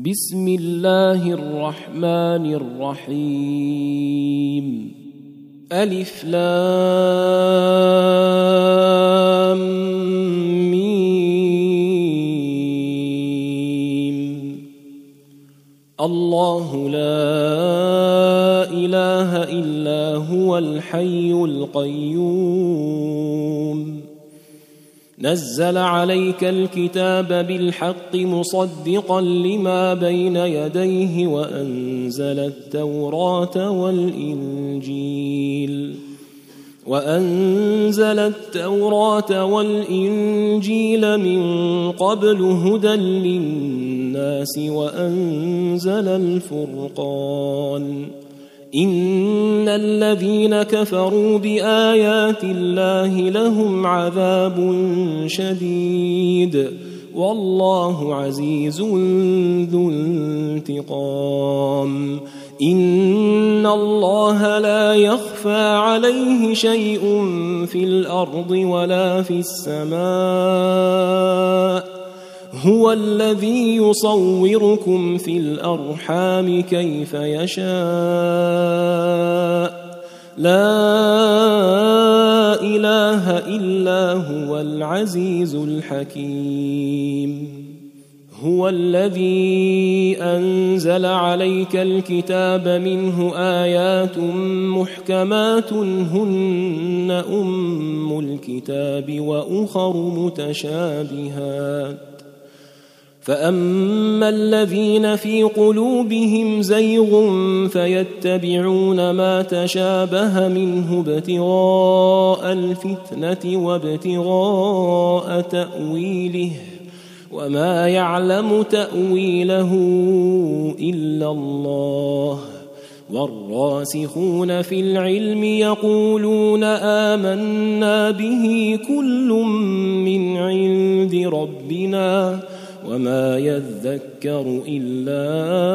بسم الله الرحمن الرحيم ألف لام ميم الله لا إله إلا هو الحي القيوم نزل عليك الكتاب بالحق مصدقا لما بين يديه وأنزل التوراة والإنجيل من قبل هدى للناس وأنزل الفرقان إن الذين كفروا بآيات الله لهم عذاب شديد والله عزيز ذو انتقام إن الله لا يخفى عليه شيء في الأرض ولا في السماء هو الذي يصوركم في الأرحام كيف يشاء لا إله إلا هو العزيز الحكيم هو الذي أنزل عليك الكتاب منه آيات محكمات هن أم الكتاب وأخر متشابهات فأما الذين في قلوبهم زيغ فيتبعون ما تشابه منه ابتغاء الفتنة وابتغاء تأويله وما يعلم تأويله إلا الله والراسخون في العلم يقولون آمنا به كل من عند ربنا وما يذكر إلا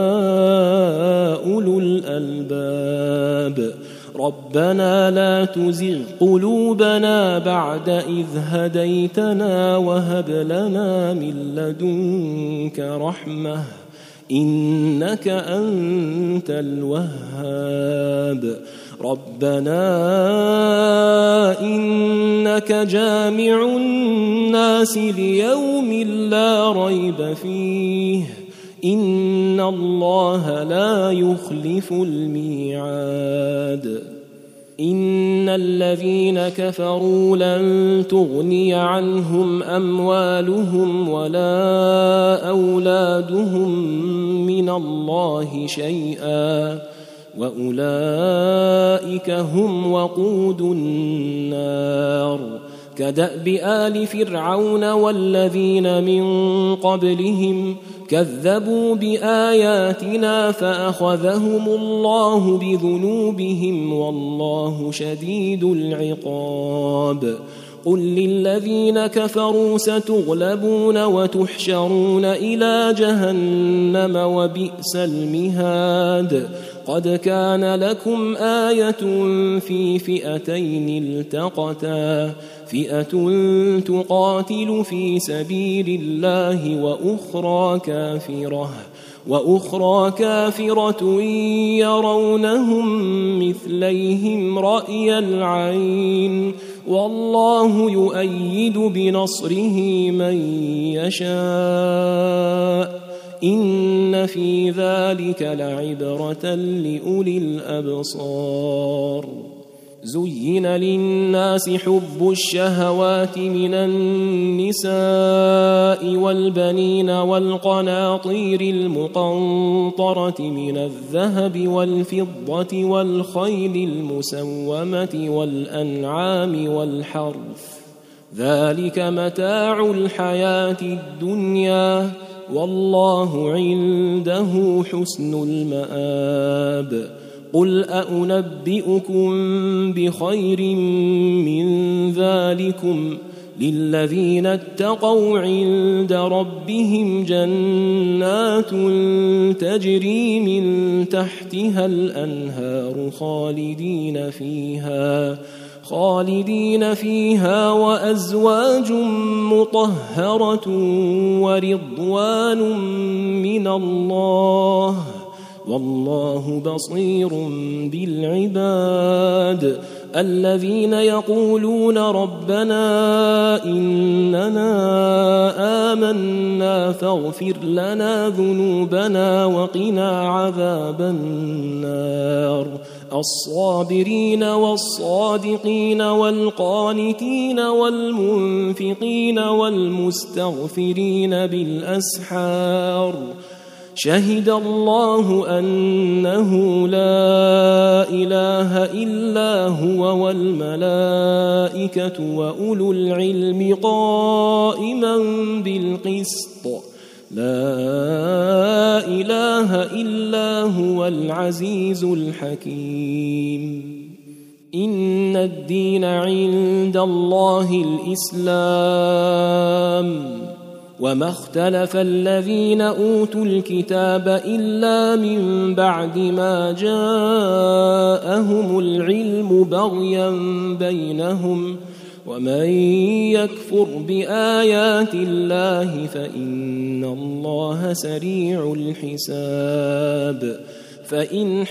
أولو الألباب ربنا لا تزغ قلوبنا بعد إذ هديتنا وهب لنا من لدنك رحمة إنك أنت الوهاب ربنا إنك جامع الناس ليوم لا ريب فيه إن الله لا يخلف الميعاد إن الذين كفروا لن تغني عنهم أموالهم ولا أولادهم من الله شيئا وأولئك هم وقود النار كدأب آل فرعون والذين من قبلهم كذبوا بآياتنا فأخذهم الله بذنوبهم والله شديد العقاب قل للذين كفروا ستغلبون وتحشرون إلى جهنم وبئس المهاد قد كان لكم آية في فئتين التقتا فئة تقاتل في سبيل الله وأخرى كافرة يرونهم مثليهم رأي العين والله يؤيد بنصره من يشاء إن في ذلك لعبرة لأولي الأبصار زين للناس حب الشهوات من النساء والبنين والقناطير المقنطرة من الذهب والفضة والخيل المسومة والأنعام والحرث ذلك متاع الحياة الدنيا والله عنده حسن المآب قل أنبئكم بخير من ذلكم للذين اتقوا عند ربهم جنات تجري من تحتها الأنهار خالدين فيها وأزواج مطهرة ورضوان من الله والله بصير بالعباد الذين يقولون ربنا إننا آمنا فاغفر لنا ذنوبنا وقنا عذاب النار الصابرين والصادقين والقانتين والمنفقين والمستغفرين بالأسحار شهد الله أنه لا إله إلا هو والملائكة وأولو العلم قائما بالقسط لا إله إلا هو العزيز الحكيم إن الدين عند الله الإسلام وما اختلف الذين أوتوا الكتاب إلا من بعد ما جاءهم العلم بغيا بينهم ومن يكفر بآيات الله فإن الله سريع الحساب فإن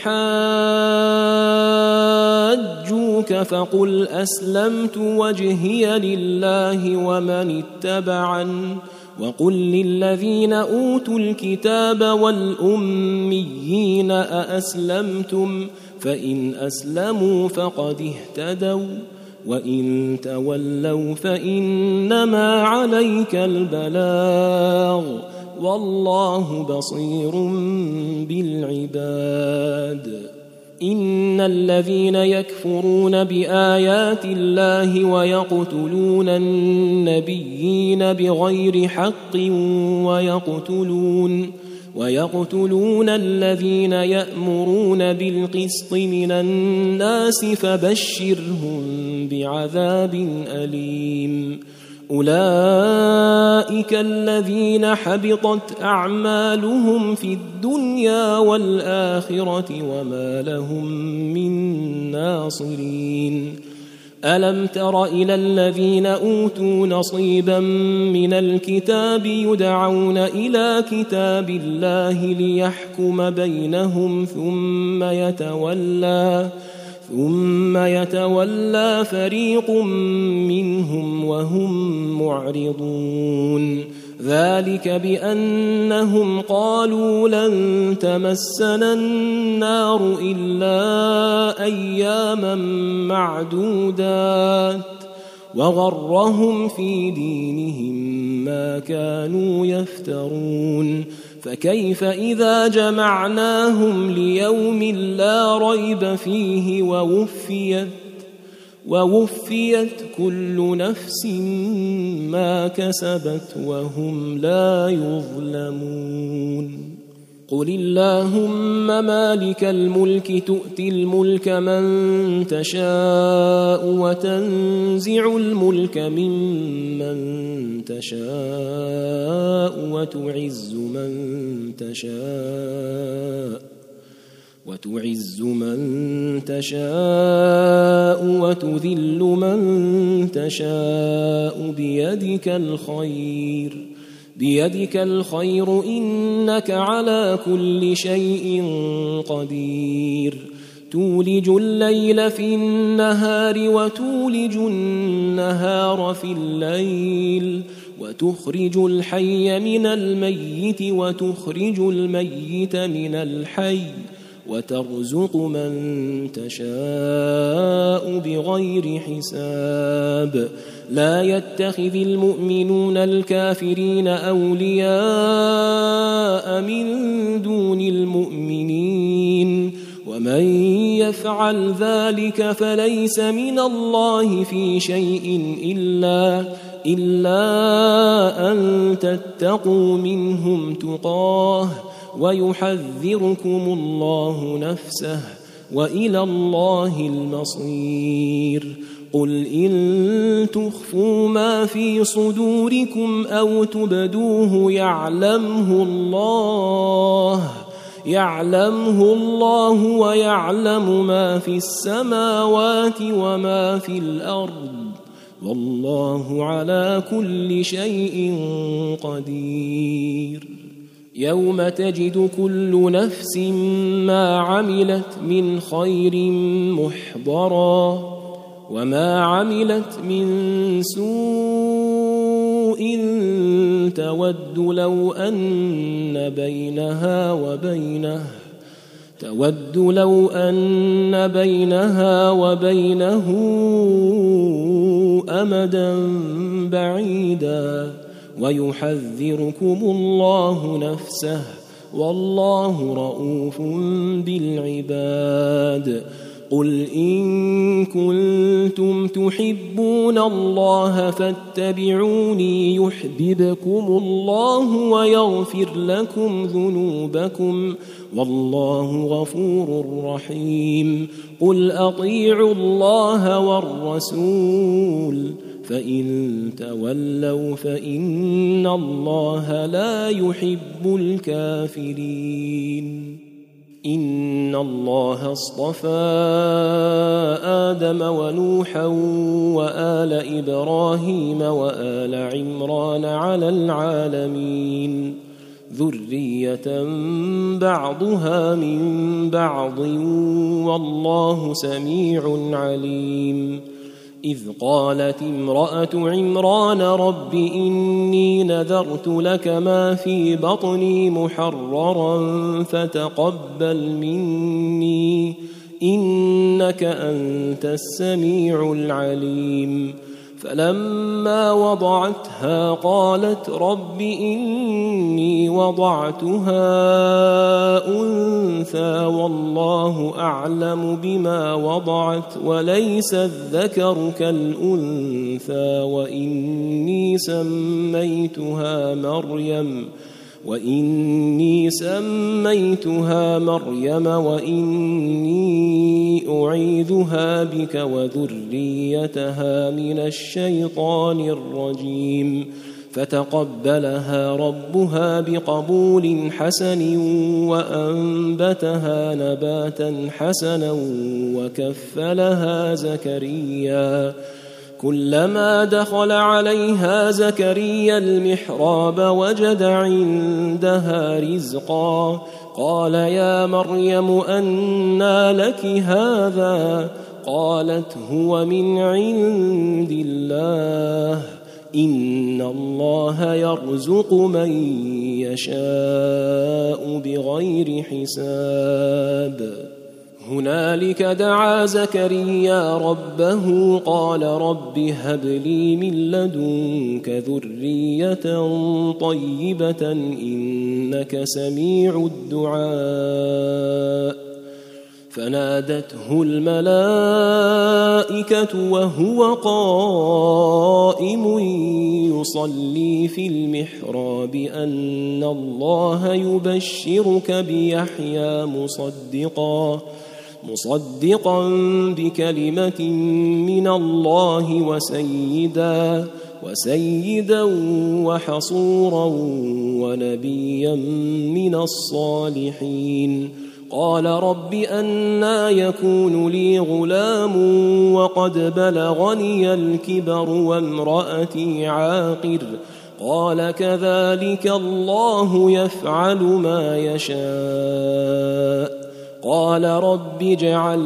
حاجوك فقل أسلمت وجهي لله ومن اتبعني وقل للذين أوتوا الكتاب والأميين أأسلمتم فإن أسلموا فقد اهتدوا وإن تولوا فإنما عليك البلاغ والله بصير بالعباد إن الذين يكفرون بآيات الله ويقتلون النبيين بغير حق ويقتلون الذين يأمرون بالقسط من الناس فبشرهم بعذاب أليم أولئك الذين حبطت أعمالهم في الدنيا والآخرة وما لهم من ناصرين ألم تر إلى الذين أوتوا نصيبا من الكتاب يدعون إلى كتاب الله ليحكم بينهم ثم يتولى فريق منهم وهم معرضون ذلك بأنهم قالوا لن تمسنا النار إلا أياما معدودات وغرهم في دينهم ما كانوا يفترون فكيف إذا جمعناهم ليوم لا ريب فيه ووفيت كل نفس ما كسبت وهم لا يظلمون قل اللهم مالك الملك تؤتي الملك من تشاء وتنزع الملك ممن تشاء وتعز من تشاء وتذل من تشاء بيدك الخير إنك على كل شيء قدير تولج الليل في النهار وتولج النهار في الليل وتخرج الحي من الميت وتخرج الميت من الحي وترزق من تشاء بغير حساب لا يتخذ المؤمنون الكافرين أولياء من دون المؤمنين ومن يفعل ذلك فليس من الله في شيء إلا أن تتقوا منهم تقاه ويحذركم الله نفسه وإلى الله المصير قل إن تخفوا ما في صدوركم أو تبدوه يعلمه يعلمه الله ويعلم ما في السماوات وما في الأرض والله على كل شيء قدير. يوم تجد كل نفس ما عملت من خير محضرا وما عملت من سوء تود لو أن بينها وبينه أمدا بعيدا ويحذركم الله نفسه والله رؤوف بالعباد. قل إن كنتم تحبون الله فاتبعوني يحببكم الله ويغفر لكم ذنوبكم والله غفور رحيم. قل أطيعوا الله والرسول فإن تولوا فإن الله لا يحب الكافرين. إن الله اصطفى آدم ونوحا وآل إبراهيم وآل عمران على العالمين ذرية بعضها من بعض والله سميع عليم. إذ قالت امرأة عمران رب إني نذرت لك ما في بطني محررا فتقبل مني إنك أنت السميع العليم. فلما وضعتها قالت رب إني وضعتها أنثى والله أعلم بما وضعت وليس الذكر كالأنثى وإني سميتها مريم وإني أعيذها بك وذريتها من الشيطان الرجيم. فتقبلها ربها بقبول حسن وأنبتها نباتا حسنا وكفلها زكريا. كلما دخل عليها زكريا المحراب وجد عندها رزقا قال يا مريم أنى لك هذا قالت هو من عند الله إن الله يرزق من يشاء بغير حساب. هنالك دعا زكريا ربه قال رب هب لي من لدنك ذرية طيبة إنك سميع الدعاء. فنادته الملائكة وهو قائم يصلي في المحراب أن الله يبشرك بيحيى مصدقا بكلمة من الله وسيدا وحصورا ونبيا من الصالحين. قال رب أنى يكون لي غلام وقد بلغني الكبر وامرأتي عاقر قال كذلك الله يفعل ما يشاء. قال رب اجعل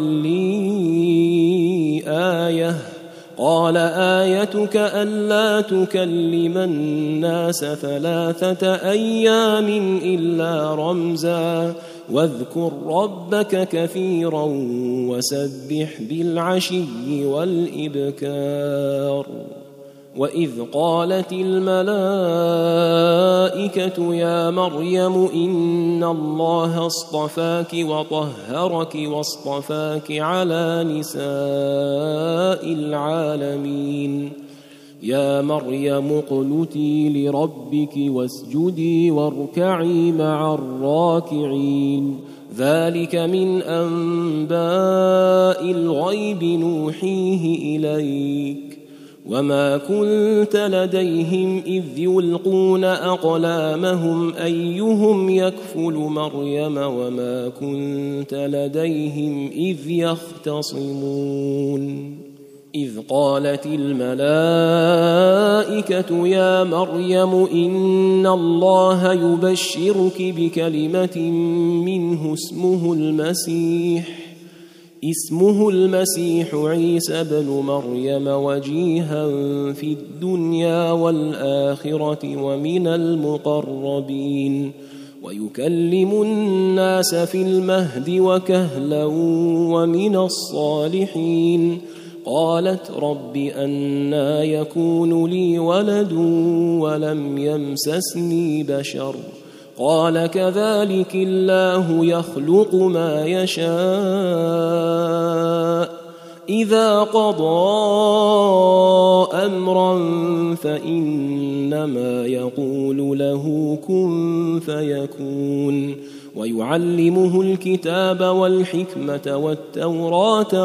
لي آية قال آيتك ألا تكلم الناس 3 أيام إلا رمزا واذكر ربك كثيرا وسبح بالعشي والإبكار. وإذ قالت الملائكة يا مريم إن الله اصطفاك وطهرك واصطفاك على نساء العالمين. يا مريم اقنتي لربك واسجدي واركعي مع الراكعين. ذلك من أنباء الغيب نوحيه إليك وما كنت لديهم إذ يلقون أقلامهم أيهم يكفل مريم وما كنت لديهم إذ يختصمون إذ قالت الملائكة يا مريم إن الله يبشرك بكلمة منه اسمه المسيح عيسى بن مريم وجيها في الدنيا والآخرة ومن المقربين ويكلم الناس في المهد وكهلا ومن الصالحين قالت رب أنى يكون لي ولد ولم يمسسني بشر قال كذلك الله يخلق ما يشاء إذا قضى أمرا فإنما يقول له كن فيكون ويعلمه الكتاب والحكمة والتوراة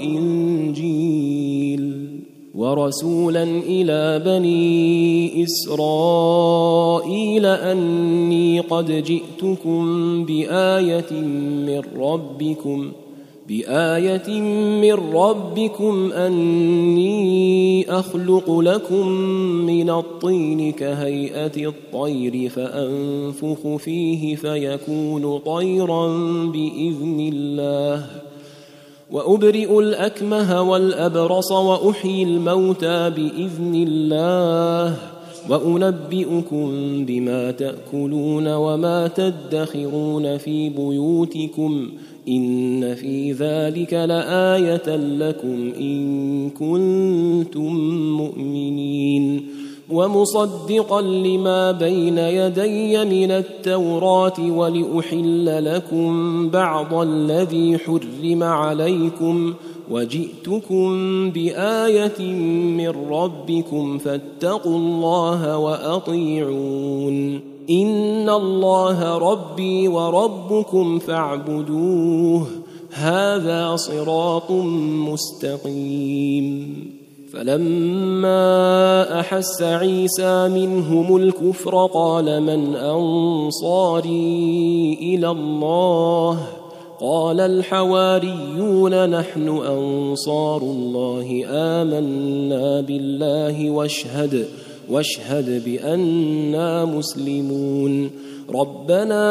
والإنجيل ورسولا إلى بني إسرائيل أني قد جئتكم بآية من ربكم أني أخلق لكم من الطين كهيئة الطير فأنفخ فيه فيكون طيرا بإذن الله وأبرئ الأكمه والأبرص وأحيي الموتى بإذن الله وأنبئكم بما تأكلون وما تدخرون في بيوتكم إن في ذلك لآية لكم إن كنتم مؤمنين ومصدقا لما بين يدي من التوراة ولأحل لكم بعض الذي حرم عليكم وجئتكم بآية من ربكم فاتقوا الله وأطيعون إن الله ربي وربكم فاعبدوه هذا صراط مستقيم فلما أحس عيسى منهم الكفر قال من أنصاري إلى الله قال الحواريون نحن أنصار الله آمنا بالله واشهد بأننا مسلمون ربنا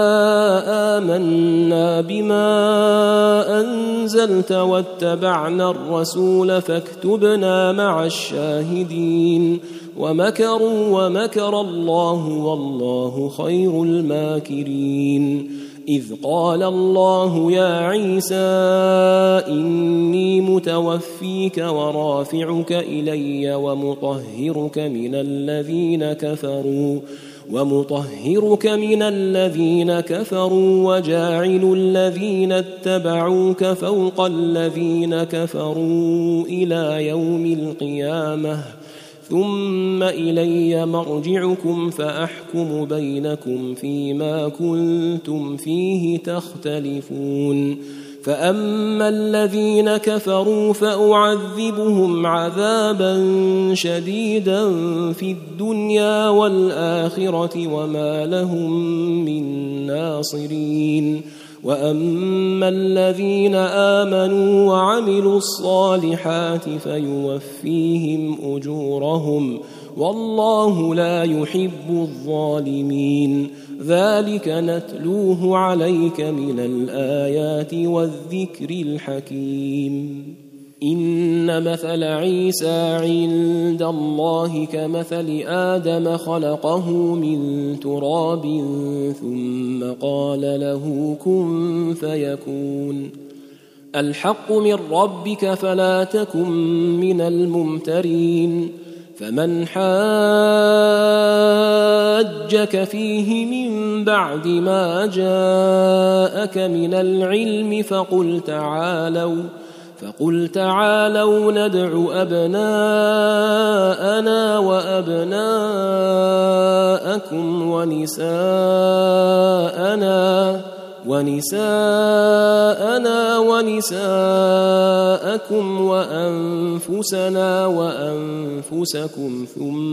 آمنا بما أنزلت واتبعنا الرسول فاكتبنا مع الشاهدين ومكروا ومكر الله والله خير الماكرين إذ قال الله يا عيسى إني متوفيك ورافعك إلي ومطهرك من الذين كفروا وجاعل الذين اتبعوك فوق الذين كفروا إلى يوم القيامة ثم إلي مرجعكم فأحكم بينكم فيما كنتم فيه تختلفون فأما الذين كفروا فأعذبهم عذابا شديدا في الدنيا والآخرة وما لهم من ناصرين وأما الذين آمنوا وعملوا الصالحات فيوفيهم أجورهم والله لا يحب الظالمين ذلك نتلوه عليك من الآيات والذكر الحكيم إن مثل عيسى عند الله كمثل آدم خلقه من تراب ثم قال له كن فيكون الحق من ربك فلا تكن من الممترين فمن حاجك فيه من بعد ما جاءك من العلم فقل تعالوا ندع أبناءنا ونساءنا ونساءكم وأنفسنا وأنفسكم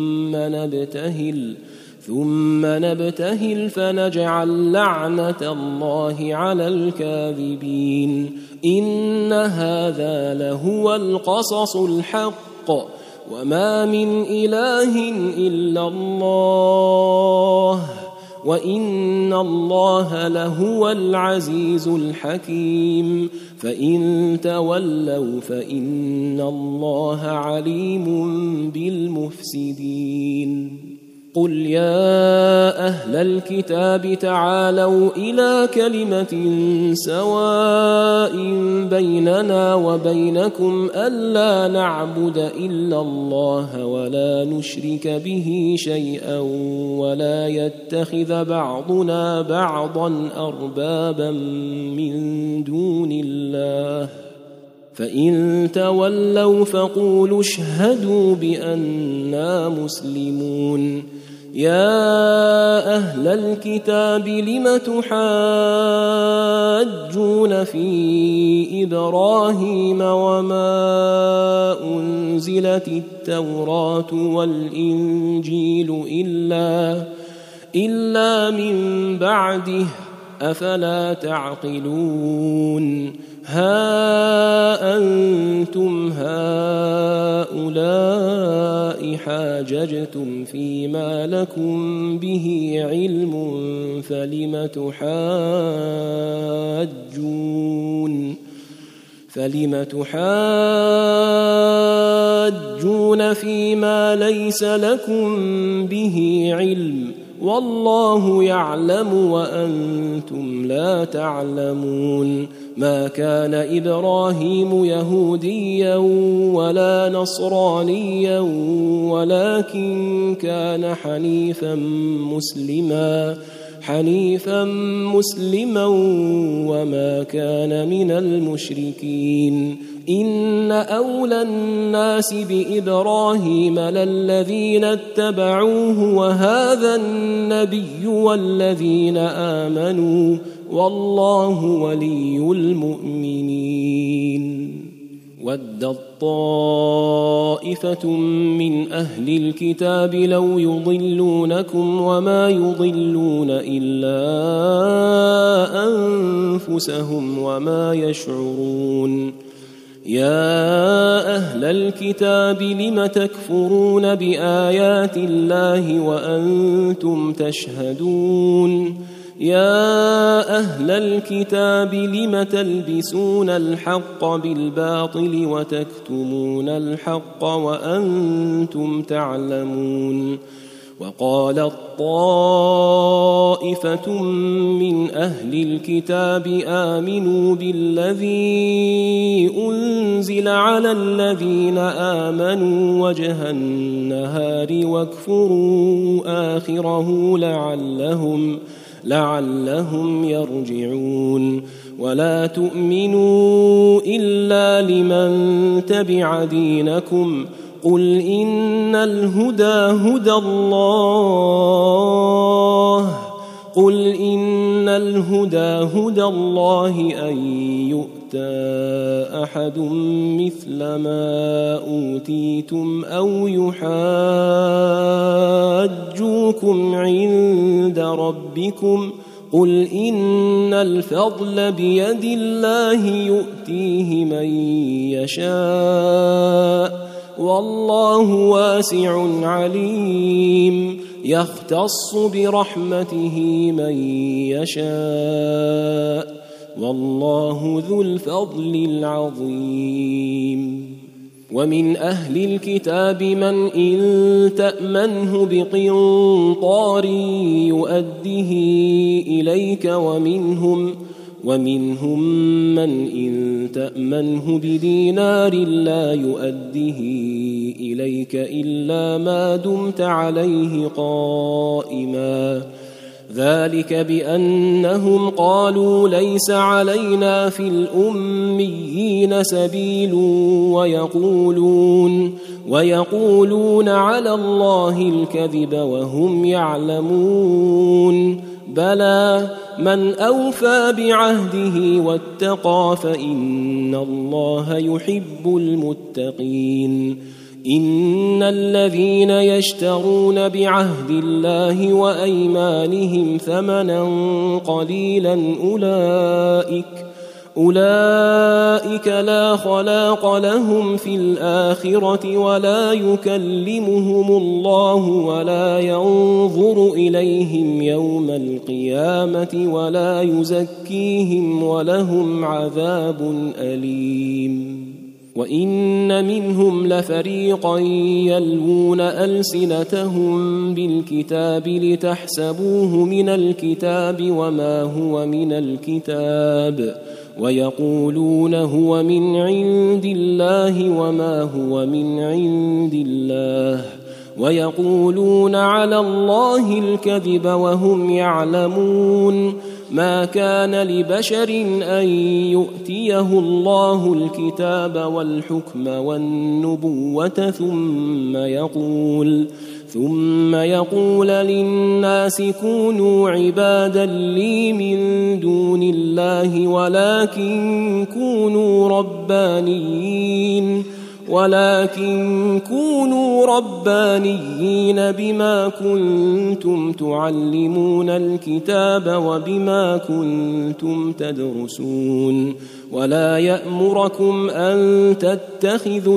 ثم نبتهل فنجعل لعنة الله على الكاذبين إن هذا لهو القصص الحق وما من إله إلا الله وإن الله لهو العزيز الحكيم فإن تولوا فإن الله عليم بالمفسدين قل يا أهل الكتاب تعالوا إلى كلمة سواء بيننا وبينكم ألا نعبد إلا الله ولا نشرك به شيئا ولا يتخذ بعضنا بعضا أربابا من دون الله فإن تولوا فقولوا اشهدوا بأننا مسلمون يا أهل الكتاب لم تحاجون في إبراهيم وما أنزلت التوراة والإنجيل إلا من بعده أفلا تعقلون ها أنتم هؤلاء حاججتم فيما لكم به علم فلم تحاجون فيما ليس لكم به علم والله يعلم وأنتم لا تعلمون ما كان إبراهيم يهوديا ولا نصرانيا ولكن كان حنيفا مسلما وما كان من المشركين إن أولى الناس بإبراهيم للذين اتبعوه وهذا النبي والذين آمنوا والله ولي المؤمنين ودت طائفة من أهل الكتاب لو يضلونكم وما يضلون إلا أنفسهم وما يشعرون يا أهل الكتاب لم تكفرون بآيات الله وأنتم تشهدون يا أهل الكتاب لم تلبسون الحق بالباطل وتكتمون الحق وأنتم تعلمون وقالت طائفة من أهل الكتاب آمنوا بالذي أنزل على الذين آمنوا وجه النهار واكفروا آخره لعلهم يرجعون ولا تؤمنوا إلا لمن تبع دينكم قل إن الهدى هدى الله أن يؤتى أحد مثل ما أوتيتم أو يحاجوكم عند ربكم قل إن الفضل بيد الله يؤتيه من يشاء والله واسع عليم يختص برحمته من يشاء والله ذو الفضل العظيم ومن أهل الكتاب من إن تأمنه بقنطار يؤده إليك ومنهم من إن تأمنه بدينار لا يؤده إليك إلا ما دمت عليه قائما ذلك بأنهم قالوا ليس علينا في الأميين سبيل ويقولون على الله الكذب وهم يعلمون بلى من أوفى بعهده واتقى فإن الله يحب المتقين إن الذين يشترون بعهد الله وأيمانهم ثمنا قليلا أولئك لا خلاق لهم في الآخرة ولا يكلمهم الله ولا ينظر إليهم يوم القيامة ولا يزكيهم ولهم عذاب أليم وإن منهم لفريقا يلوون ألسنتهم بالكتاب لتحسبوه من الكتاب وما هو من الكتاب ويقولون هو من عند الله وما هو من عند الله ويقولون على الله الكذب وهم يعلمون ما كان لبشر أن يؤتيه الله الكتاب والحكم والنبوة ثم يقول للناس كونوا عبادا لي من دون الله ولكن كونوا ربانيين بما كنتم تعلمون الكتاب وبما كنتم تدرسون ولا يأمركم أن تتخذوا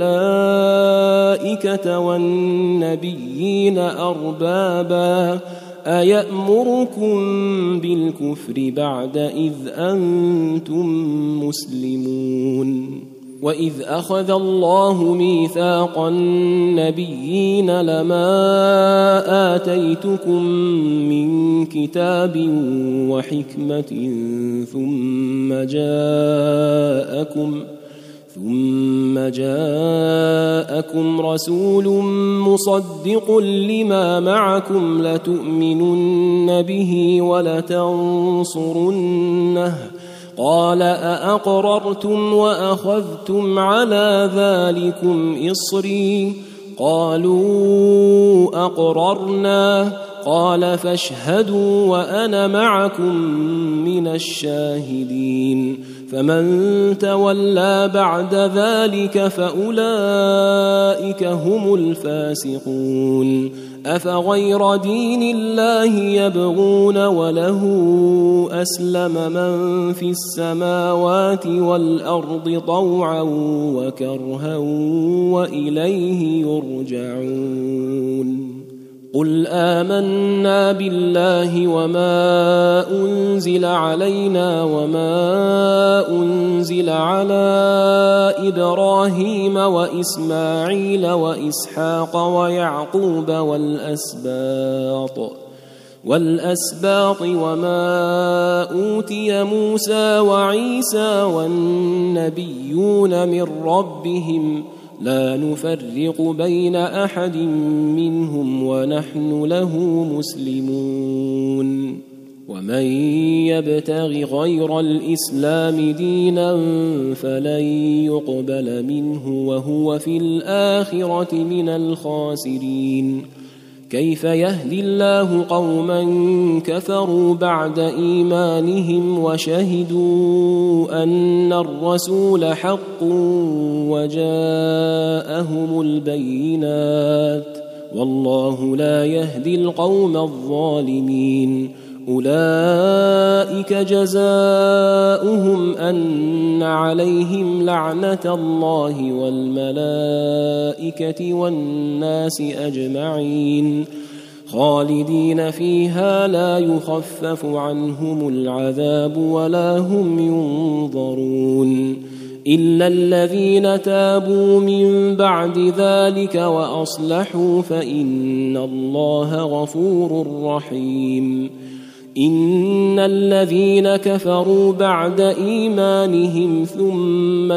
الملائكة والنبيين أربابا أيأمركم بالكفر بعد إذ أنتم مسلمون وإذ أخذ الله ميثاق النبيين لما آتيتكم من كتاب وحكمة ثم جاءكم رسول مصدق لما معكم لتؤمنن به ولتنصرنه قال أأقررتم وأخذتم على ذلكم إصري قالوا أقررنا قال فاشهدوا وأنا معكم من الشاهدين فمن تولى بعد ذلك فأولئك هم الفاسقون أفغير دين الله يبغون وله أسلم من في السماوات والأرض طوعا وكرها وإليه يرجعون قل آمنا بالله وما أنزل علينا وما أنزل على إبراهيم وإسماعيل وإسحاق ويعقوب والأسباط وما أوتي موسى وعيسى والنبيون من ربهم لا نفرق بين أحد منهم ونحن له مسلمون ومن يبتغ غير الإسلام دينا فلن يقبل منه وهو في الآخرة من الخاسرين كيف يهدي الله قوما كفروا بعد إيمانهم وشهدوا أن الرسول حق وجاءهم البينات والله لا يهدي القوم الظالمين أولئك جزاؤهم أن عليهم لعنة الله والملائكة والناس أجمعين خالدين فيها لا يخفف عنهم العذاب ولا هم ينظرون إلا الذين تابوا من بعد ذلك وأصلحوا فإن الله غفور رحيم إن الذين كفروا بعد إيمانهم ثم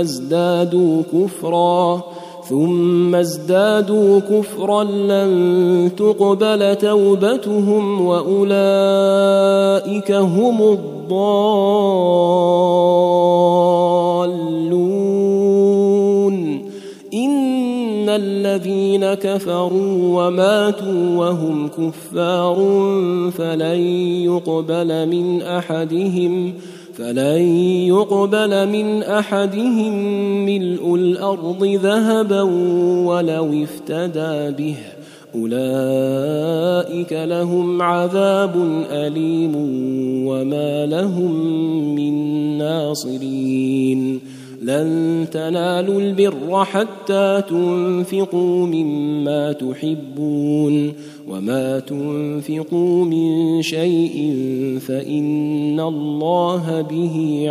ازدادوا كفرا لن تقبل توبتهم وأولئك هم الضالون إن الذين كفروا وماتوا وهم كفار فلن يقبل من أحدهم ملء الأرض ذهبا ولو افتدى به أولئك لهم عذاب أليم وما لهم من ناصرين لن تنالوا البر حتى تنفقوا مما تحبون وما تنفقوا من شيء فإن الله به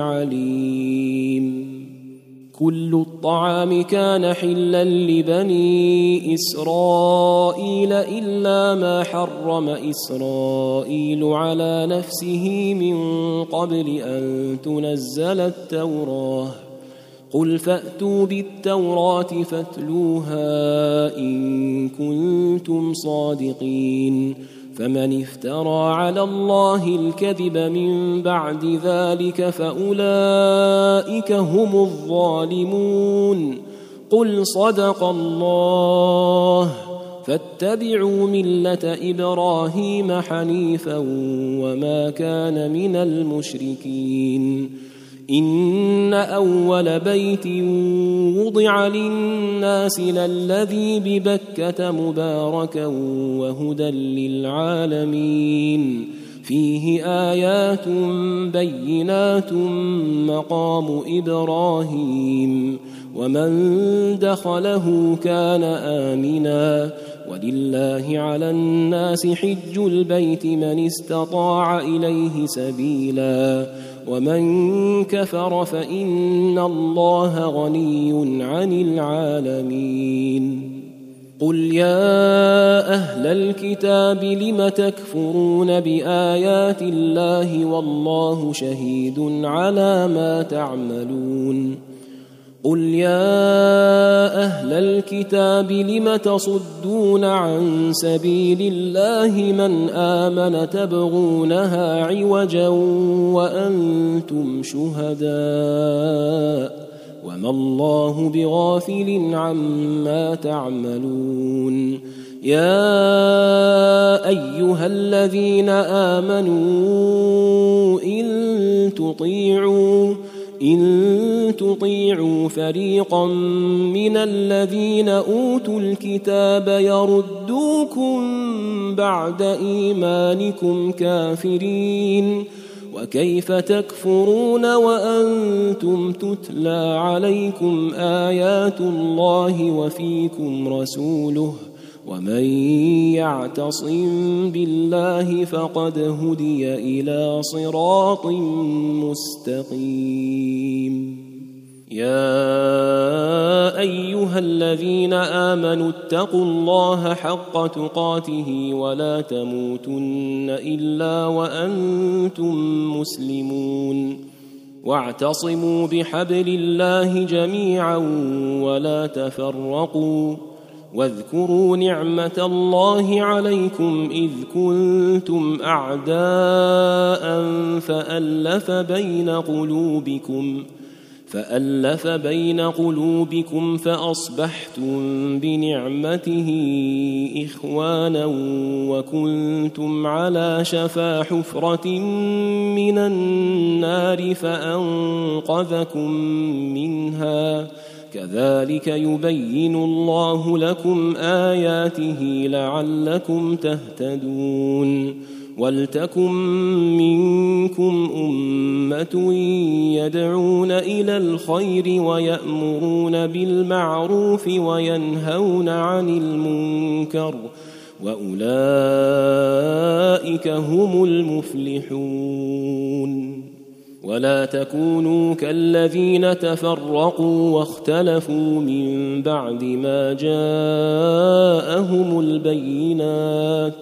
عليم كل الطعام كان حلا لبني إسرائيل إلا ما حرم إسرائيل على نفسه من قبل أن تنزل التوراة قل فأتوا بالتوراة فاتلوها إن كنتم صادقين فمن افترى على الله الكذب من بعد ذلك فأولئك هم الظالمون قل صدق الله فاتبعوا ملة إبراهيم حنيفا وما كان من المشركين إن أول بيت وضع للناس للذي ببكة مباركا وهدى للعالمين فيه آيات بينات مقام إبراهيم ومن دخله كان آمنا ولله على الناس حج البيت من استطاع إليه سبيلا ومن كفر فإن الله غني عن العالمين قل يا أهل الكتاب لم تكفرون بآيات الله والله شهيد على ما تعملون قل يا أهل الكتاب لم تصدون عن سبيل الله من آمن تبغونها عوجا وأنتم شهداء وما الله بغافل عما تعملون يا أيها الذين آمنوا إن تطيعوا فريقا من الذين أوتوا الكتاب يردوكم بعد إيمانكم كافرين وكيف تكفرون وأنتم تتلى عليكم آيات الله وفيكم رسوله ومن يعتصم بالله فقد هدي إلى صراط مستقيم يا أيها الذين آمنوا اتقوا الله حق تقاته ولا تموتن إلا وأنتم مسلمون واعتصموا بحبل الله جميعا ولا تفرقوا واذكروا نعمة الله عليكم إذ كنتم أعداء فألف بين قلوبكم فأصبحتم بنعمته إخوانا وكنتم على شفا حفرة من النار فأنقذكم منها كذلك يبين الله لكم آياته لعلكم تهتدون ولتكن منكم أمة يدعون إلى الخير ويأمرون بالمعروف وينهون عن المنكر وأولئك هم المفلحون ولا تكونوا كالذين تفرقوا واختلفوا من بعد ما جاءهم البينات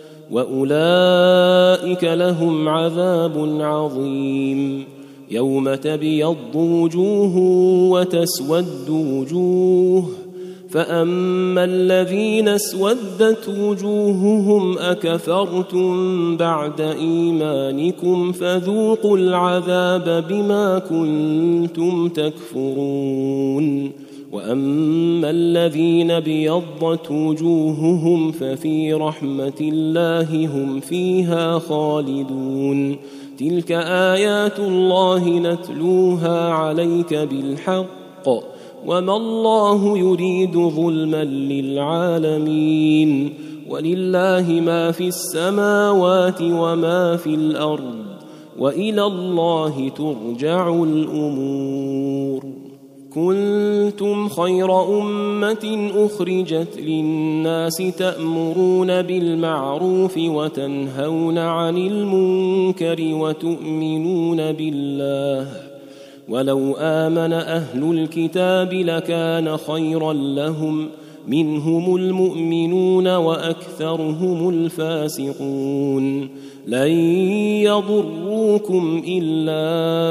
وأولئك لهم عذاب عظيم يوم تبيض وجوه وتسود وجوه فأما الذين اسودت وجوههم أكفرتم بعد إيمانكم فذوقوا العذاب بما كنتم تكفرون وأما الذين ابيضت وجوههم ففي رحمة الله هم فيها خالدون تلك آيات الله نتلوها عليك بالحق وما الله يريد ظلما للعالمين ولله ما في السماوات وما في الأرض وإلى الله ترجع الأمور كنتم خير أمة أخرجت للناس تأمرون بالمعروف وتنهون عن المنكر وتؤمنون بالله ولو آمن أهل الكتاب لكان خيرا لهم منهم المؤمنون وأكثرهم الفاسقون لن يضروكم إلا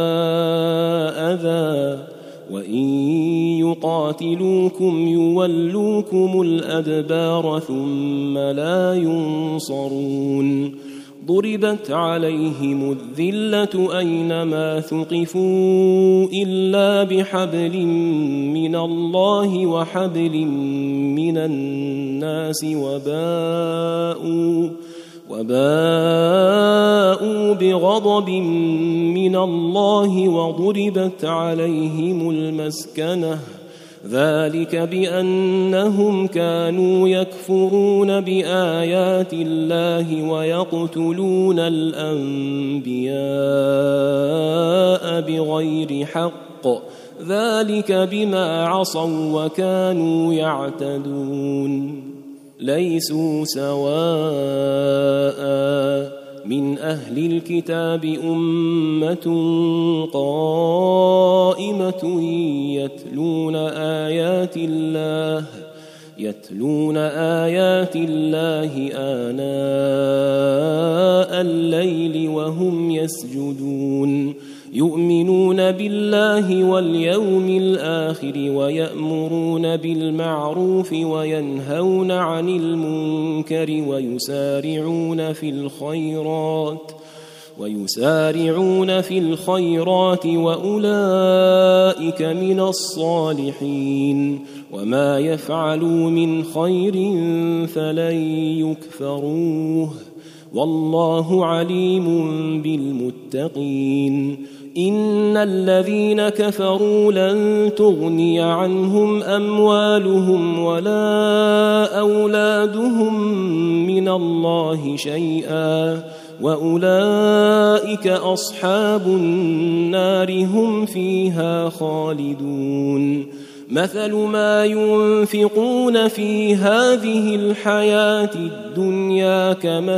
أذى وإن يقاتلوكم يولوكم الأدبار ثم لا ينصرون ضربت عليهم الذلة أينما ثقفوا إلا بحبل من الله وحبل من الناس وباءوا بغضب من الله وضربت عليهم المسكنة ذلك بأنهم كانوا يكفرون بآيات الله ويقتلون الأنبياء بغير حق ذلك بما عصوا وكانوا يعتدون ليسوا سواء من أهل الكتاب أمة قائمة يتلون آيات الله آناء الليل وهم يسجدون يؤمنون بالله واليوم الآخر ويأمرون بالمعروف وينهون عن المنكر ويسارعون في الخيرات وأولئك من الصالحين وما يفعلوا من خير فلن يكفروه والله عليم بالمتقين إن الذين كفروا لن تغني عنهم أموالهم ولا أولادهم من الله شيئا وأولئك أصحاب النار هم فيها خالدون مثل ما ينفقون في هذه الحياة الدنيا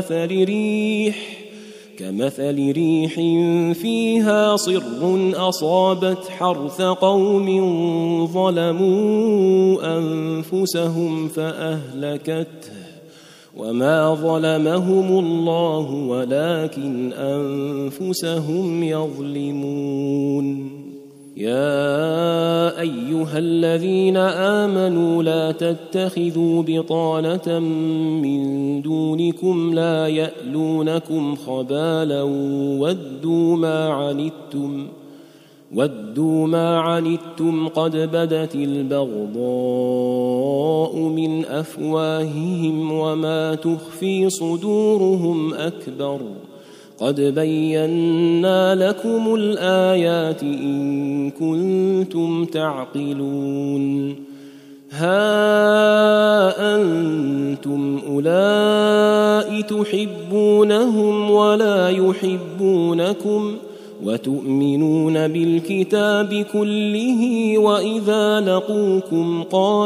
كمثل ريح فيها صر أصابت حرث قوم ظلموا أنفسهم فأهلكته وما ظلمهم الله ولكن أنفسهم يظلمون يا أيها الذين آمنوا لا تتخذوا بطانة من دونكم لا يألونكم خبالا ودوا ما عنتم قد بدت البغضاء من أفواههم وما تخفي صدورهم أكبر قد بينا لكم الآيات إن كنتم تعقلون ها أنتم أولئك تحبونهم ولا يحبونكم وتؤمنون بالكتاب كله وإذا لقوكم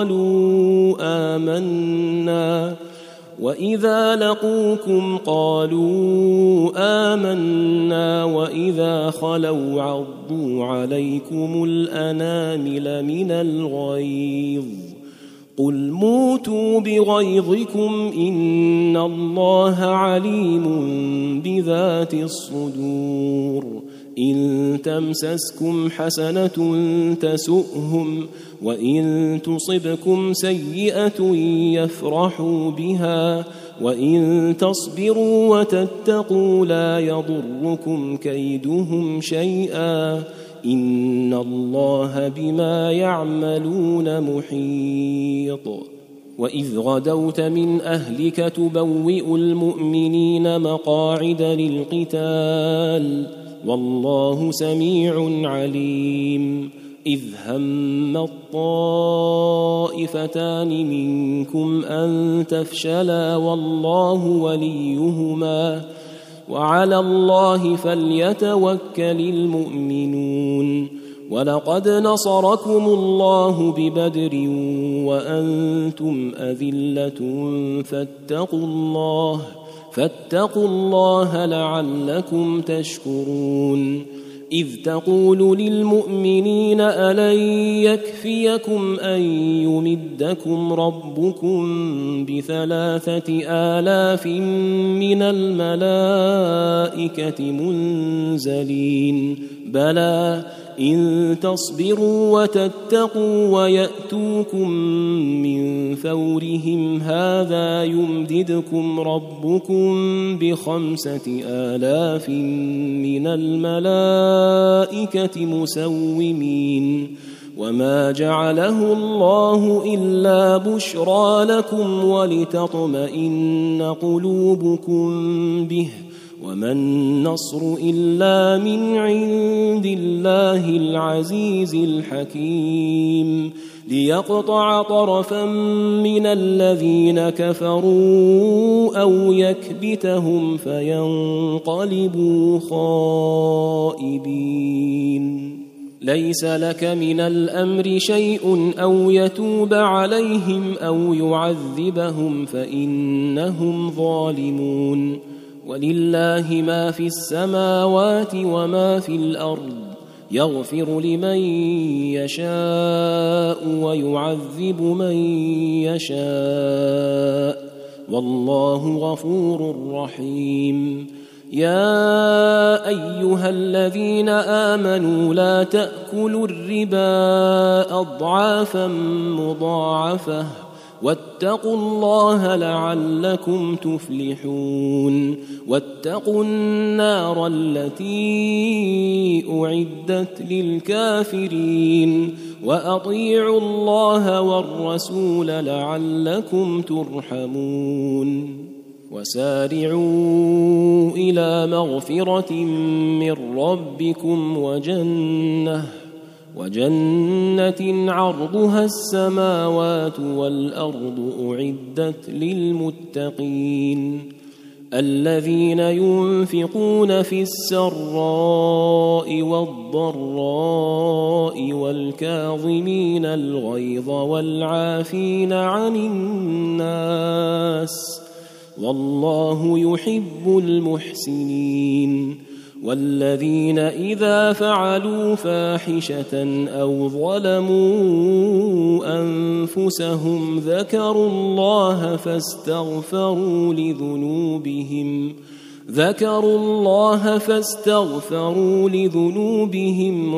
قالوا آمنا وإذا خلوا عضوا عليكم الأنامل من الغيظ قل موتوا بغيظكم إن الله عليم بذات الصدور إن تمسسكم حسنة تسؤهم وإن تصبكم سيئة يفرحوا بها وإن تصبروا وتتقوا لا يضركم كيدهم شيئا إن الله بما يعملون محيط وإذ غدوت من أهلك تبوئ المؤمنين مقاعد للقتال والله سميع عليم إذ هم الطائفتان منكم أن تفشلا والله وليهما وعلى الله فليتوكل المؤمنون ولقد نصركم الله ببدر وأنتم أذلة فاتقوا الله لعلكم تشكرون إذ تقول للمؤمنين ألن يكفيكم أن يمدكم ربكم ب3,000 من الملائكة منزلين بلى إن تصبروا وتتقوا ويأتوكم من فورهم هذا يمددكم ربكم ب5,000 من الملائكة مسومين وما جعله الله إلا بشرى لكم ولتطمئن قلوبكم به وما النصر إلا من عند الله العزيز الحكيم ليقطع طرفا من الذين كفروا أو يكبتهم فينقلبوا خائبين ليس لك من الأمر شيء أو يتوب عليهم أو يعذبهم فإنهم ظالمون ولله ما في السماوات وما في الأرض يغفر لمن يشاء ويعذب من يشاء والله غفور رحيم يا أيها الذين آمنوا لا تأكلوا الربا أضعافا مضاعفة واتقوا الله لعلكم تفلحون واتقوا النار التي أعدت للكافرين وأطيعوا الله والرسول لعلكم ترحمون وسارعوا إلى مغفرة من ربكم وجنة عرضها السماوات والأرض أعدت للمتقين الذين ينفقون في السراء والضراء والكاظمين الغيظ والعافين عن الناس والله يحب المحسنين والذين إذا فعلوا فاحشة أو ظلموا أنفسهم ذكروا الله فاستغفروا لذنوبهم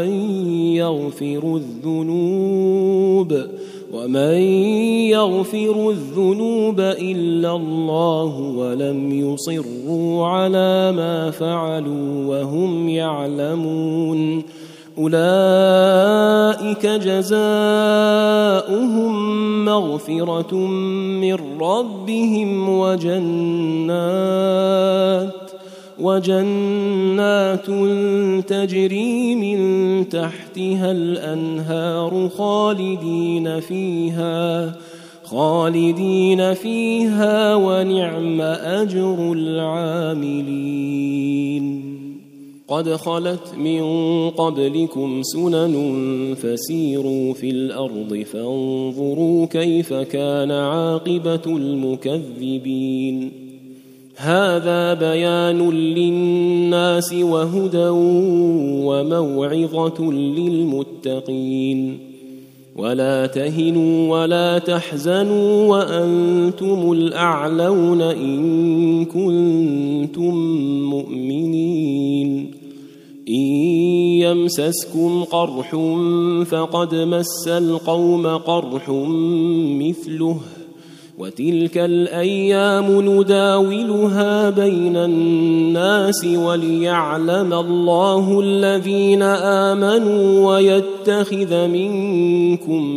ومن يغفر الذنوب إلا الله ولم يصروا على ما فعلوا وهم يعلمون أولئك جزاؤهم مغفرة من ربهم وجنات تجري من تحتها الأنهار خالدين فيها ونعم أجر العاملين قد خلت من قبلكم سنن فسيروا في الأرض فانظروا كيف كان عاقبة المكذبين هذا بيان للناس وهدى وموعظة للمتقين ولا تهنوا ولا تحزنوا وأنتم الأعلون إن كنتم مؤمنين إن يمسسكم قرح فقد مس القوم قرح مثله وتلك الأيام نداولها بين الناس وليعلم الله الذين آمنوا ويتخذ منكم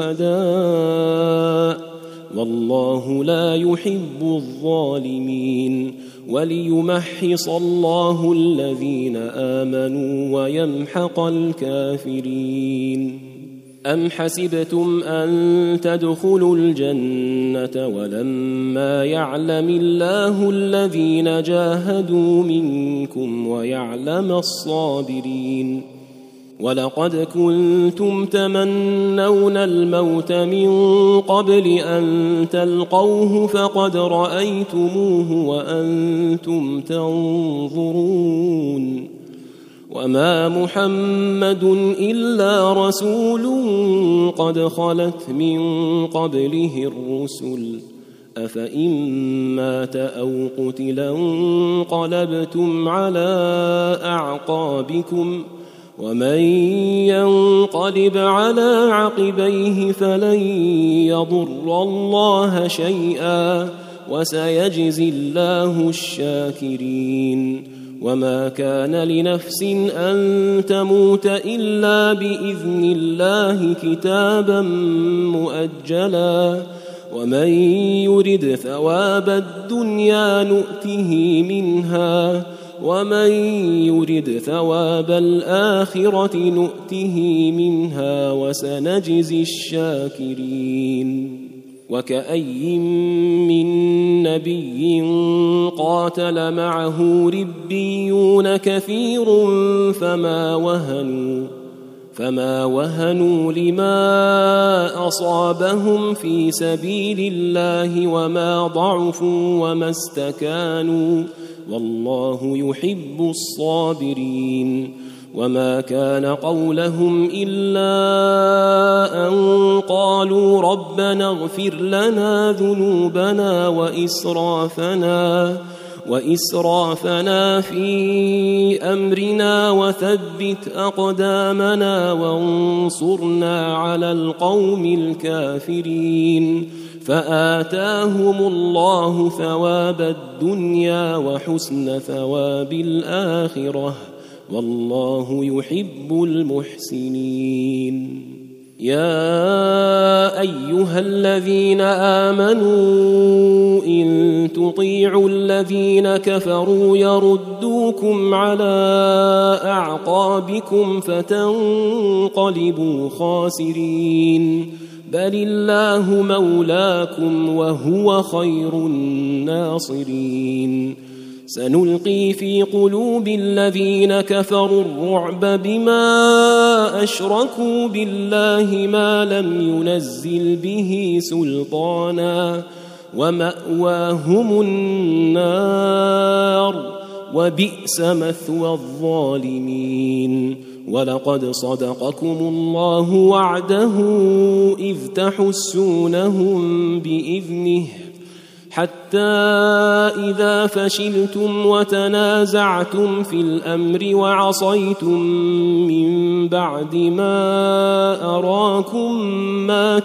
شهداء والله لا يحب الظالمين وليمحص الله الذين آمنوا ويمحق الكافرين. أم حسبتم أن تدخلوا الجنة ولما يعلم الله الذين جاهدوا منكم ويعلم الصابرين؟ ولقد كنتم تمنون الموت من قبل أن تلقوه فقد رأيتموه وأنتم تنظرون. وما محمد إلا رسول قد خلت من قبله الرسل أفإن مات أو قتلا انقلبتم على أعقابكم ومن ينقلب على عقبيه فلن يضر الله شيئا وسيجزي الله الشاكرين. وما كان لنفس أن تموت إلا بإذن الله كتابا مؤجلا ومن يرد ثواب الدنيا نؤته منها ومن يرد ثواب الآخرة نؤته منها وسنجزي الشاكرين. وكأي من نبي قاتل معه ربيون كثير فما وهنوا لما أصابهم في سبيل الله وما ضعفوا وما استكانوا والله يحب الصابرين. وما كان قولهم إلا أن قالوا ربنا اغفر لنا ذنوبنا وإسرافنا في أمرنا وثبت أقدامنا وانصرنا على القوم الكافرين. فآتاهم الله ثواب الدنيا وحسن ثواب الآخرة والله يحب المحسنين. يا أيها الذين آمنوا إن تطيعوا الذين كفروا يردوكم على أعقابكم فتنقلبوا خاسرين بل الله مولاكم وهو خير الناصرين. سنلقي في قلوب الذين كفروا الرعب بما أشركوا بالله ما لم ينزل به سلطانا ومأواهم النار وبئس مثوى الظالمين. ولقد صدقكم الله وعده إذ تحسونهم بإذنه حتى إذا فشلتم وتنازعتم في الأمر وعصيتم من بعد ما أراكم ما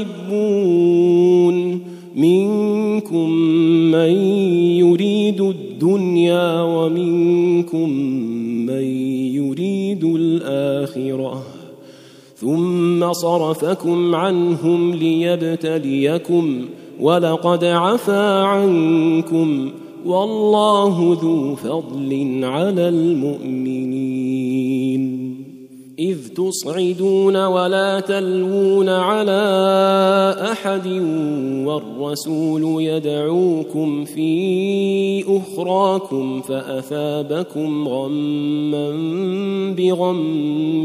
تحبون منكم من يريد الدنيا ومنكم من يريد الآخرة ثم صرفكم عنهم ليبتليكم ولقد عفا عنكم والله ذو فضل على المؤمنين. إذ تصعدون ولا تلوون على أحد والرسول يدعوكم في أخراكم فأثابكم غما بغم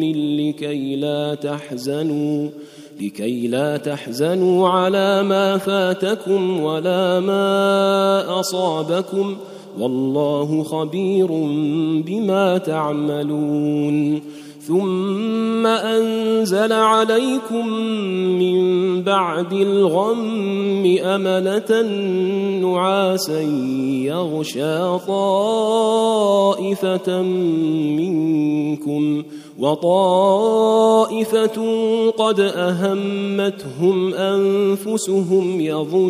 لكي لا تحزنوا على ما فاتكم ولا ما أصابكم والله خبير بما تعملون. ثم أنزل عليكم من بعد الغم أمنة نعاسا يغشى طائفة منكم وطائفة قد أهمتهم أنفسهم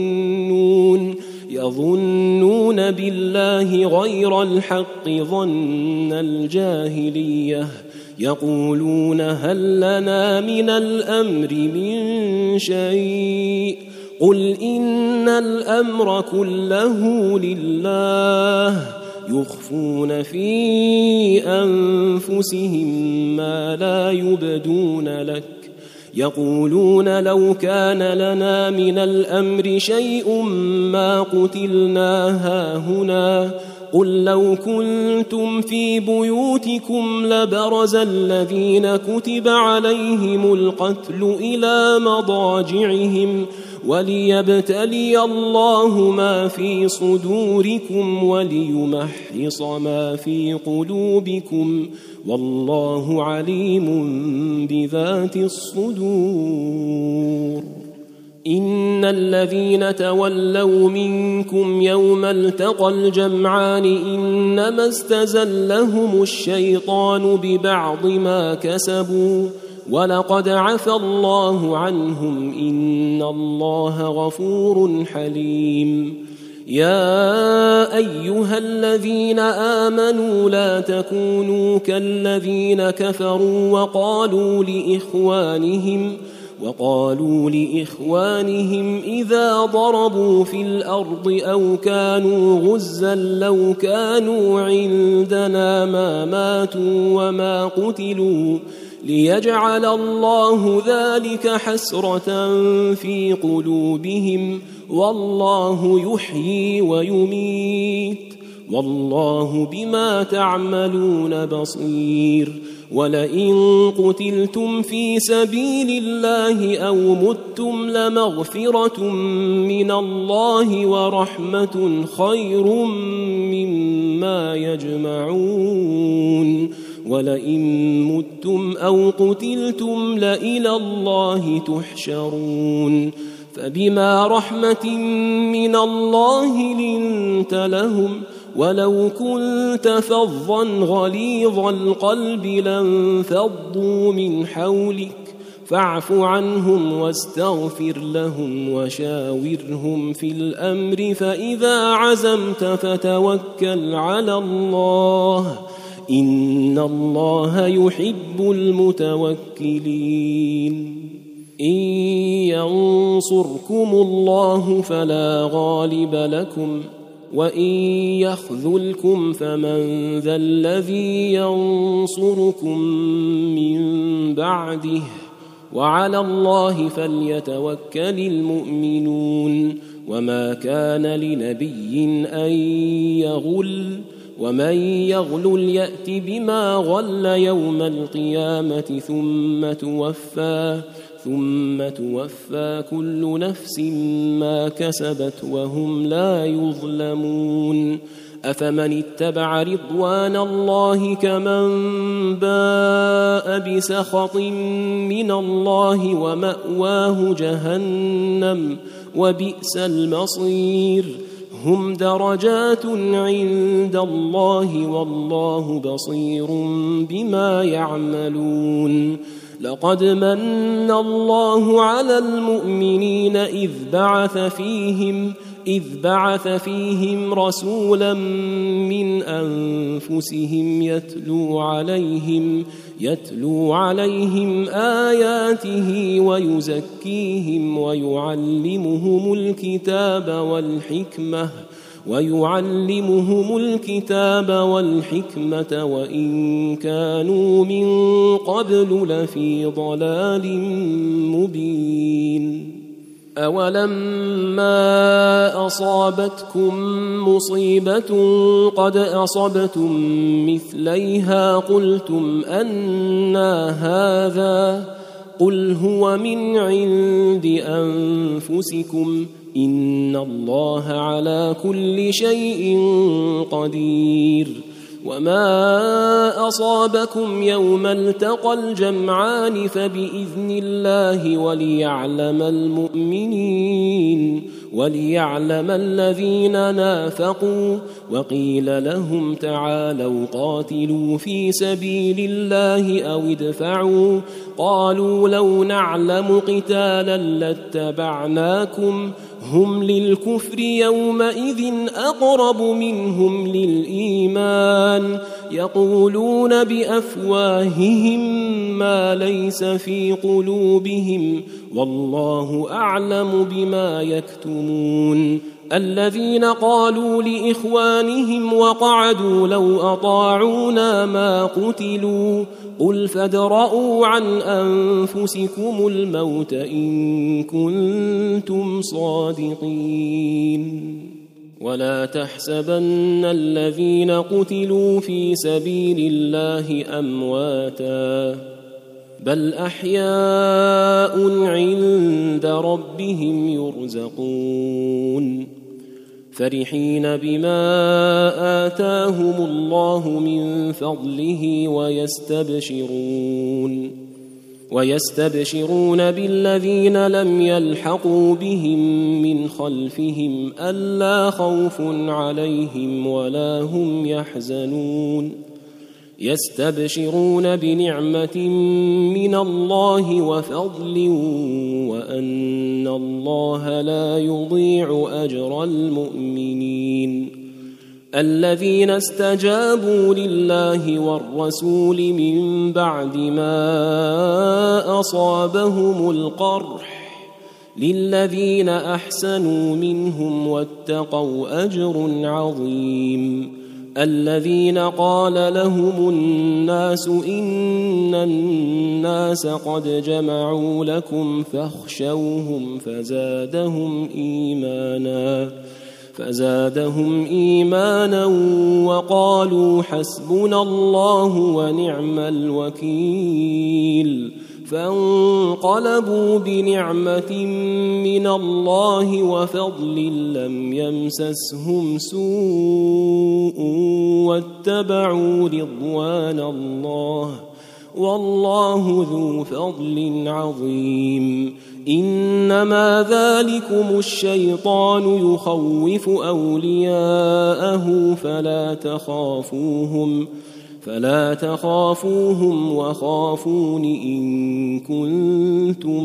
يظنون بالله غير الحق ظن الجاهلية يقولون هل لنا من الأمر من شيء قل إن الأمر كله لله يخفون في أنفسهم ما لا يبدون لك يقولون لو كان لنا من الأمر شيء ما قتلنا هاهنا قل لو كنتم في بيوتكم لبرز الذين كتب عليهم القتل إلى مضاجعهم وليبتلي الله ما في صدوركم وليمحص ما في قلوبكم والله عليم بذات الصدور. إن الذين تولوا منكم يوم التقى الجمعان إنما استزلهم الشيطان ببعض ما كسبوا ولقد عفى الله عنهم إن الله غفور حليم. يا أيها الذين آمنوا لا تكونوا كالذين كفروا وقالوا لإخوانهم إذا ضربوا في الأرض أو كانوا غزا لو كانوا عندنا ما ماتوا وما قتلوا ليجعل الله ذلك حسرة في قلوبهم والله يحيي ويميت والله بما تعملون بصير. ولئن قتلتم في سبيل الله أو متم لمغفرة من الله ورحمة خير مما يجمعون. ولئن متم أو قتلتم لإلى الله تحشرون. فبما رحمة من الله لنت لهم ولو كنت فظا غليظ القلب لانفضوا من حولك فاعف عنهم واستغفر لهم وشاورهم في الأمر فإذا عزمت فتوكل على الله إن الله يحب المتوكلين. إن ينصركم الله فلا غالب لكم وإن يخذلكم فمن ذا الذي ينصركم من بعده وعلى الله فليتوكل المؤمنون. وما كان لنبي أن يغل ومن يغلل يأت بما غل يوم القيامة ثم توفى كل نفس ما كسبت وهم لا يظلمون. أفمن اتبع رضوان الله كمن باء بسخط من الله ومأواه جهنم وبئس المصير. هم درجات عند الله والله بصير بما يعملون. لقد من الله على المؤمنين إذ بعث فيهم رسولا من أنفسهم يتلو عليهم آياته ويزكيهم ويعلمهم الكتاب والحكمة وإن كانوا من قبل لفي ضلال مبين. أولما أصابتكم مصيبة قد أصبتم مثليها قلتم أنى هذا قل هو من عند أنفسكم إن الله على كل شيء قدير. وما أصابكم يوم التقى الجمعان فبإذن الله وليعلم الذين نافقوا. وقيل لهم تعالوا قاتلوا في سبيل الله أو ادفعوا. قالوا لو نعلم قتالا لاتبعناكم هم للكفر يومئذ أقرب منهم للإيمان يقولون بأفواههم ما ليس في قلوبهم والله أعلم بما يكتمون. الذين قالوا لإخوانهم وقعدوا لو أطاعونا ما قتلوا قل فادرءوا عن أنفسكم الموت إن كنتم صادقين. ولا تحسبن الذين قتلوا في سبيل الله أمواتا بل أحياء عند ربهم يرزقون فرحين بما آتاهم الله من فضله ويستبشرون بالذين لم يلحقوا بهم من خلفهم ألا خوف عليهم ولا هم يحزنون يستبشرون بنعمة من الله وفضل وأن الله لا يضيع أجر المؤمنين. الذين استجابوا لله والرسول من بعد ما أصابهم القرح للذين أحسنوا منهم واتقوا أجر عظيم. الذين قال لهم الناس إن الناس قد جمعوا لكم فاخشوهم فزادهم إيمانا وقالوا حسبنا الله ونعم الوكيل. فانقلبوا بنعمة من الله وفضل لم يمسسهم سوء واتبعوا رضوان الله والله ذو فضل عظيم. إنما ذلكم الشيطان يخوف أولياءه فلا تخافوهم وخافون إن كنتم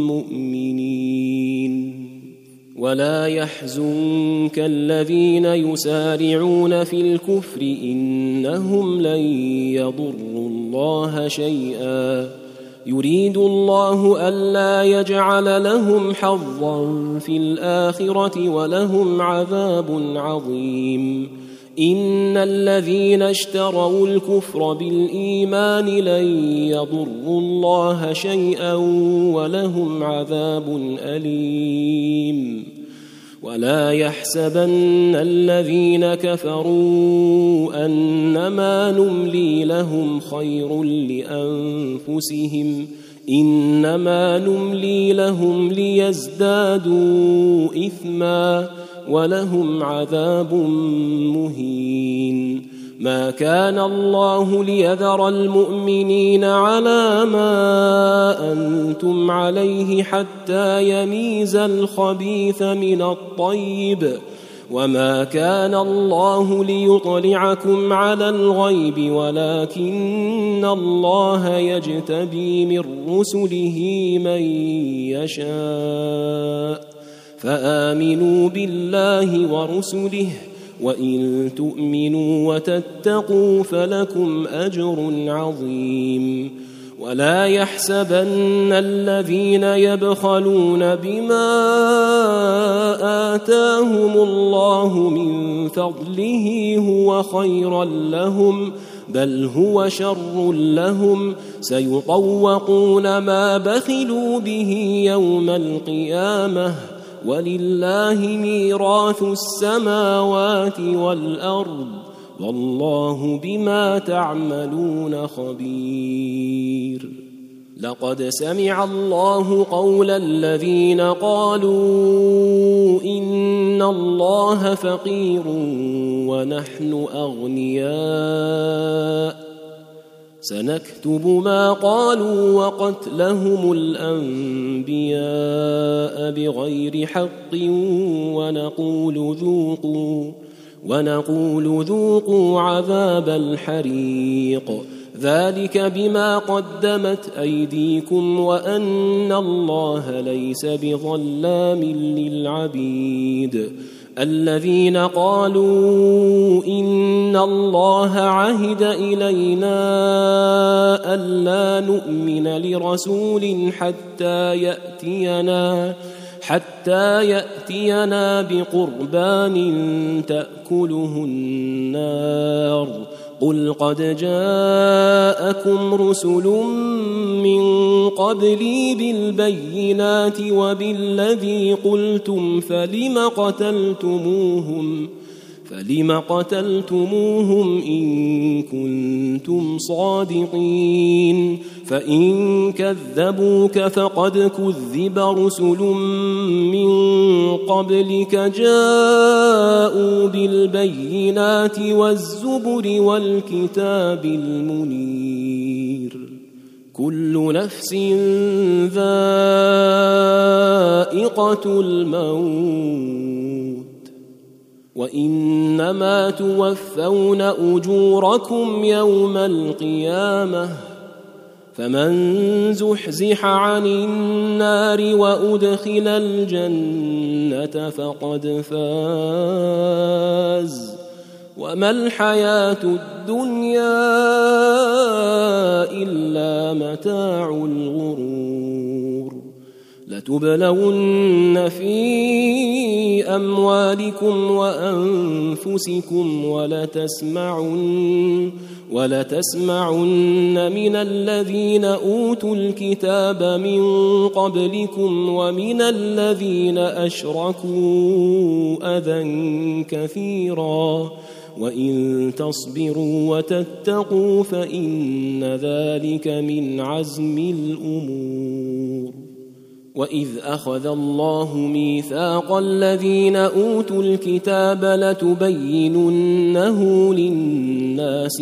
مؤمنين. ولا يحزنك الذين يسارعون في الكفر إنهم لن يضروا الله شيئا يريد الله ألا يجعل لهم حظا في الآخرة ولهم عذاب عظيم. إن الذين اشتروا الكفر بالإيمان لن يضروا الله شيئا ولهم عذاب أليم. ولا يحسبن الذين كفروا أنما نملي لهم خير لأنفسهم إنما نملي لهم ليزدادوا إثما ولهم عذاب مهين. ما كان الله ليذر المؤمنين على ما أنتم عليه حتى يميز الخبيث من الطيب وما كان الله ليطلعكم على الغيب ولكن الله يجتبي من رسله من يشاء فآمنوا بالله ورسله وإن تؤمنوا وتتقوا فلكم أجر عظيم. ولا يحسبن الذين يبخلون بما آتاهم الله من فضله هو خيرا لهم بل هو شر لهم سيطوقون ما بخلوا به يوم القيامة ولله ميراث السماوات والأرض والله بما تعملون خبير. لقد سمع الله قول الذين قالوا إن الله فقير ونحن أغنياء سنكتب ما قالوا وقتلهم الأنبياء بغير حق ونقول ذوقوا عذاب الحريق ذلك بما قدمت أيديكم وأن الله ليس بظلام للعبيد الذين قالوا إن الله عهد إلينا ألا نؤمن لرسول حتى يأتينا بقربان تأكله النار قل قد جاءكم رسل من قبلي بالبينات وبالذي قلتم فلم قتلتموهم إن كنتم صادقين فإن كذبوك فقد كذب رسل من قبلك جاءوا بالبينات والزبر والكتاب المنير كل نفس ذائقة الموت وإنما توفون أجوركم يوم القيامة فمن زحزح عن النار وأدخل الجنة فقد فاز وما الحياة الدنيا إلا متاع الغرور لتبلون في أموالكم وأنفسكم ولتسمعن من الذين أوتوا الكتاب من قبلكم ومن الذين أشركوا أذى كثيرا وإن تصبروا وتتقوا فإن ذلك من عزم الأمور وإذ أخذ الله ميثاق الذين أوتوا الكتاب لتبيننه للناس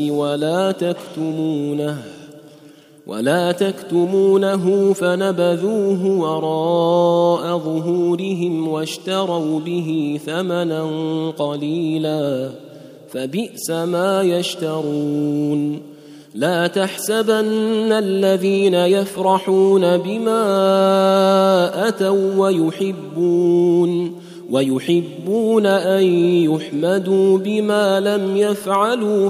ولا تكتمونه فنبذوه وراء ظهورهم واشتروا به ثمنا قليلا فبئس ما يشترون لا تحسبن الذين يفرحون بما أتوا ويحبون أن يحمدوا بما لم يفعلوا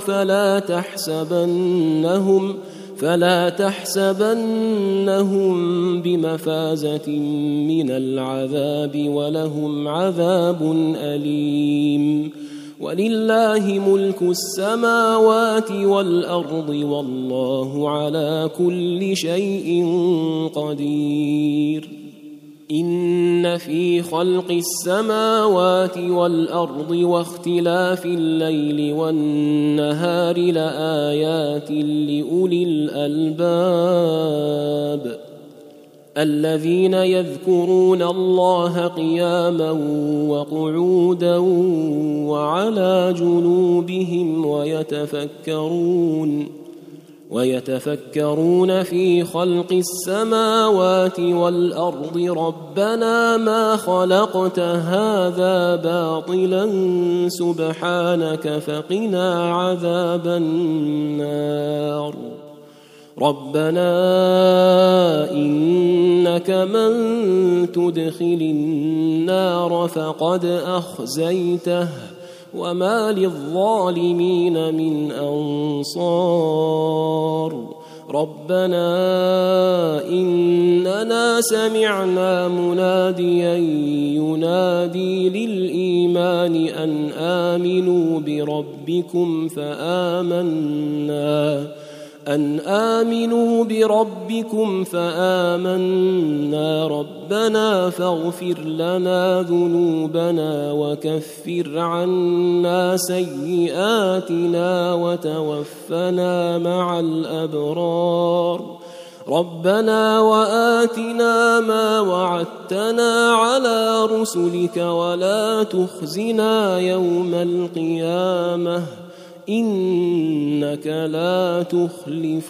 فلا تحسبنهم بمفازة من العذاب ولهم عذاب أليم ولله ملك السماوات والأرض والله على كل شيء قدير إن في خلق السماوات والأرض واختلاف الليل والنهار لآيات لأولي الألباب الذين يذكرون الله قياما وقعودا وعلى جنوبهم ويتفكرون في خلق السماوات والأرض ربنا ما خلقت هذا باطلا سبحانك فقنا عذاب النار ربنا إنك من تدخل النار فقد أخزيته وما للظالمين من أنصار ربنا إننا سمعنا مناديا ينادي للإيمان أن آمنوا بربكم فآمنا ربنا فاغفر لنا ذنوبنا وكفر عنا سيئاتنا وتوفنا مع الأبرار ربنا وآتنا ما وعدتنا على رسلك ولا تخزنا يوم القيامة إنك لا تخلف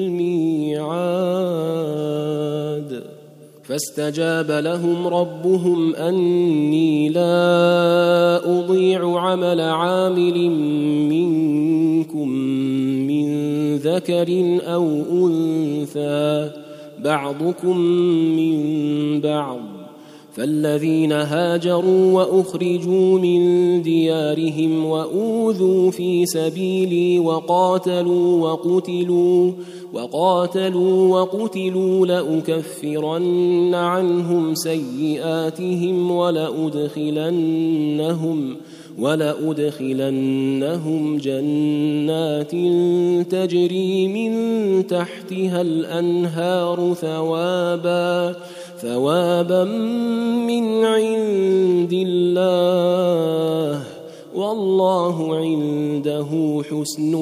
الميعاد فاستجاب لهم ربهم أني لا أضيع عمل عامل منكم من ذكر أو أنثى بعضكم من بعض فالذين هاجروا وأخرجوا من ديارهم وأوذوا في سبيلي وقاتلوا وقتلوا لأكفرن عنهم سيئاتهم ولأدخلنهم جنات تجري من تحتها الأنهار ثوابا من عند الله والله عنده حسن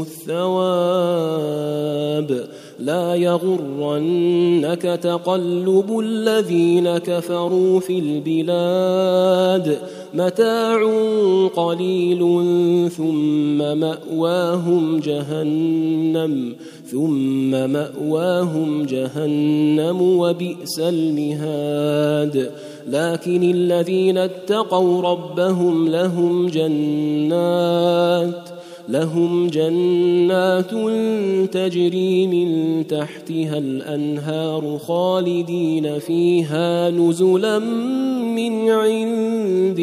الثواب لا يغرنك تقلب الذين كفروا في البلاد متاع قليل ثم مأواهم جهنم وبئس المهاد لكن الذين اتقوا ربهم لهم جنات تجري من تحتها الأنهار خالدين فيها نزلا من عند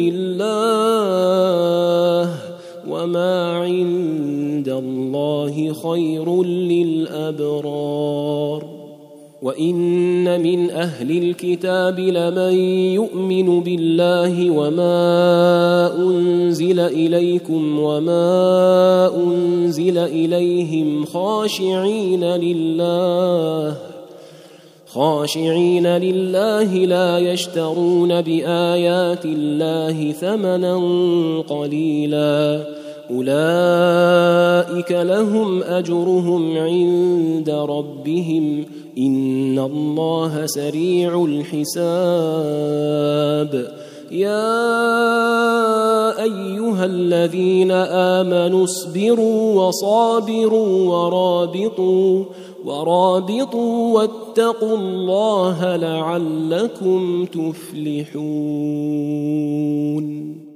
الله وما عند الله خير للأبرار وإن من أهل الكتاب لمن يؤمن بالله وما أنزل إليكم وما أنزل إليهم خاشعين لله لا يشترون بآيات الله ثمنا قليلا أولئك لهم أجرهم عند ربهم إن الله سريع الحساب يا أيها الذين آمنوا اصبروا وصابروا ورابطوا واتقوا الله لعلكم تفلحون